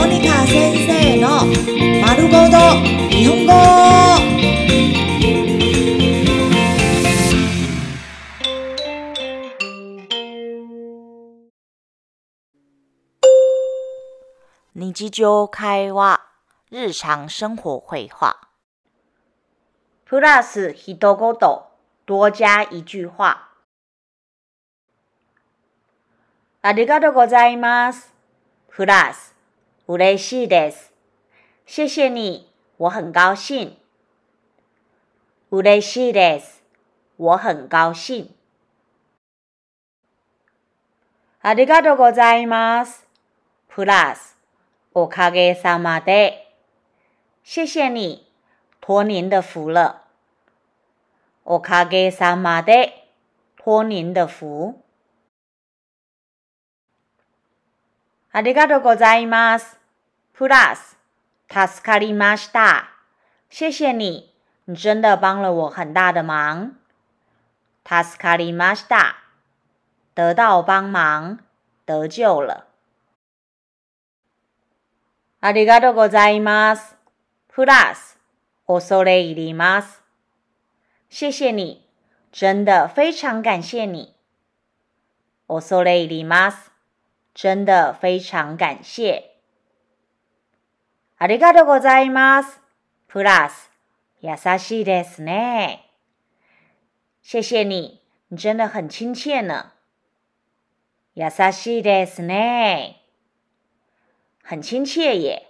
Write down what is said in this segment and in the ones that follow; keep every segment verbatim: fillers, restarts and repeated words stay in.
モニカ先生の丸ごと日本語。日常会話、日常生活会話。プラス一言、多加一句話。ありがとうございます。プラス、嬉しいです。謝謝你，我很高興。嬉しいです。我很高興。ありがとうございます。プラス、おかげさまで。謝謝你，托您的福了。おかげさまで，托您的福。ありがとうございます。プラス、助かりました。謝謝你，你真的幫了我很大的忙。助かりました。得到幫忙，得救了。ありがとうございます。プラス、恐れ入ります。謝謝你，真的非常感謝你。恐れ入ります。真的非常感謝。ありがとうございます。プラス、優しいですね。謝謝你，你真的很親切呢。優しいですね。很親切耶。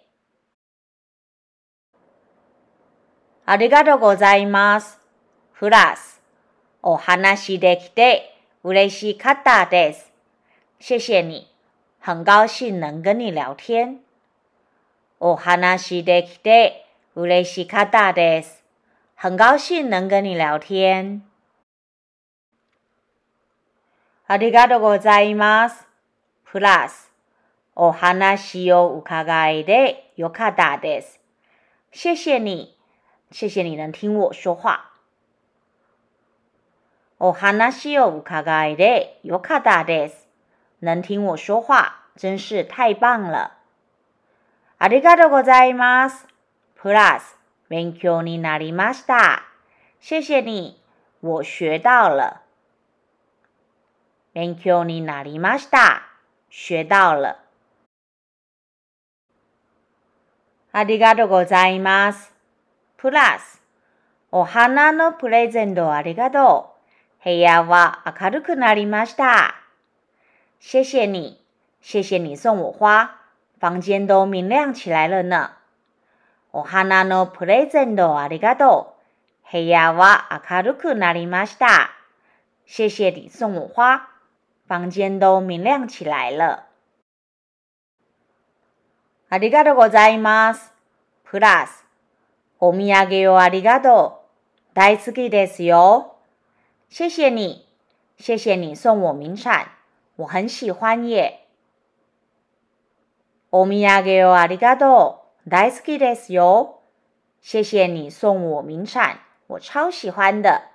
ありがとうございます。プラス、お話できて嬉しかったです。謝謝你。很高興能跟你聊天。お話できて嬉しかったです。很高興能跟你聊天。ありがとうございます。プラス、お話を伺えてよかったです。謝謝你。謝謝你能聽我說話。お話を伺えてよかったです。能聽我說話，真是太棒了。ありがとうございます。プラス、勉強になりました。謝謝你，我學到了。勉強になりました。學到了。ありがとうございます。プラス、お花のプレゼントありがとう。部屋は明るくなりました。謝謝你，謝謝你送我花，房間都明亮起來了呢。お花のプレゼントありがとう。部屋は明るくなりました。謝謝你送我花，房間都明亮起來了。ありがとうございます。プラス、お土産をありがとう。大好きですよ。謝謝你，謝謝你送我名產。我很喜歡耶。お土産をありがとう。大好きですよ。謝謝你送我名產，我超喜歡的。